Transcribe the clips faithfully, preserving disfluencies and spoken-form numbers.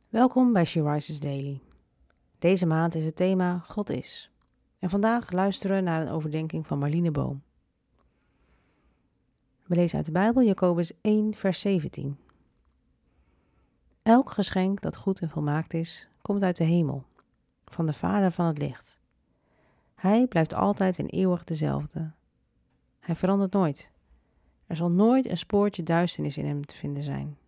Welkom bij She Rises Daily. Deze maand is het thema God is. En vandaag luisteren we naar een overdenking van Marlene Boom. We lezen uit de Bijbel Jacobus één vers zeventien. Elk geschenk dat goed en volmaakt is, komt uit de hemel, van de Vader van het licht. Hij blijft altijd en eeuwig dezelfde. Hij verandert nooit. Er zal nooit een spoortje duisternis in hem te vinden zijn.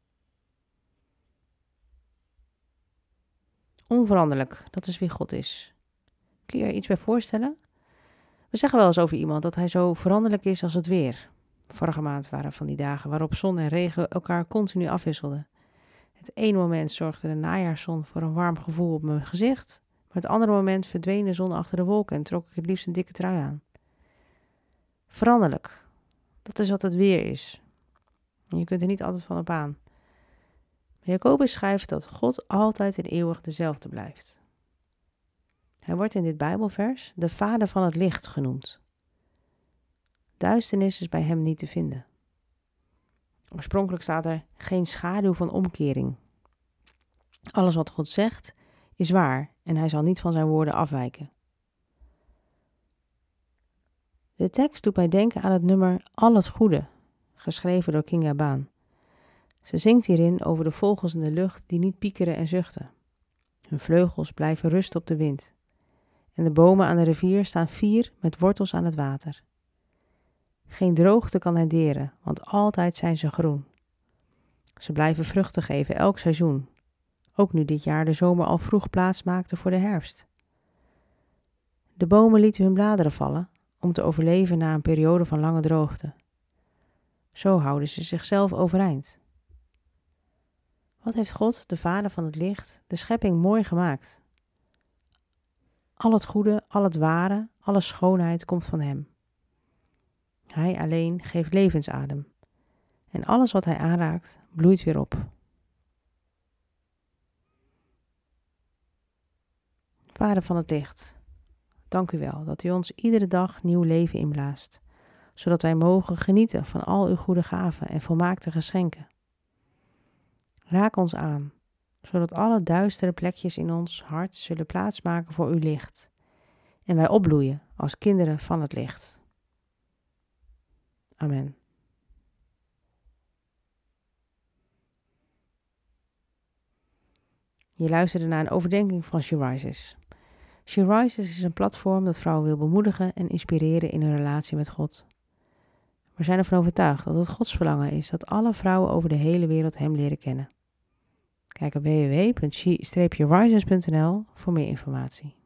Onveranderlijk, dat is wie God is. Kun je er iets bij voorstellen? We zeggen wel eens over iemand dat hij zo veranderlijk is als het weer. Vorige maand waren van die dagen waarop zon en regen elkaar continu afwisselden. Het ene moment zorgde de najaarszon voor een warm gevoel op mijn gezicht, maar het andere moment verdween de zon achter de wolken en trok ik het liefst een dikke trui aan. Veranderlijk, dat is wat het weer is. En je kunt er niet altijd van op aan. Maar Jacobus schrijft dat God altijd en eeuwig dezelfde blijft. Hij wordt in dit Bijbelvers de Vader van het licht genoemd. Duisternis is bij hem niet te vinden. Oorspronkelijk staat er geen schaduw van omkering. Alles wat God zegt is waar en hij zal niet van zijn woorden afwijken. De tekst doet mij denken aan het nummer Al het Goede, geschreven door Kinga Baan. Ze zingt hierin over de vogels in de lucht die niet piekeren en zuchten. Hun vleugels blijven rusten op de wind. En de bomen aan de rivier staan fier met wortels aan het water. Geen droogte kan hen deren, want altijd zijn ze groen. Ze blijven vruchten geven elk seizoen. Ook nu dit jaar de zomer al vroeg plaats maakte voor de herfst. De bomen lieten hun bladeren vallen om te overleven na een periode van lange droogte. Zo houden ze zichzelf overeind. Wat heeft God, de Vader van het licht, de schepping mooi gemaakt? Al het goede, al het ware, alle schoonheid komt van hem. Hij alleen geeft levensadem. En alles wat hij aanraakt, bloeit weer op. Vader van het licht, dank u wel dat u ons iedere dag nieuw leven inblaast, zodat wij mogen genieten van al uw goede gaven en volmaakte geschenken. Raak ons aan, zodat alle duistere plekjes in ons hart zullen plaatsmaken voor uw licht en wij opbloeien als kinderen van het licht. Amen. Je luisterde naar een overdenking van She Rises. She Rises is een platform dat vrouwen wil bemoedigen en inspireren in hun relatie met God. We zijn ervan overtuigd dat het Gods verlangen is dat alle vrouwen over de hele wereld hem leren kennen. Kijk op w w w punt she rises punt n l voor meer informatie.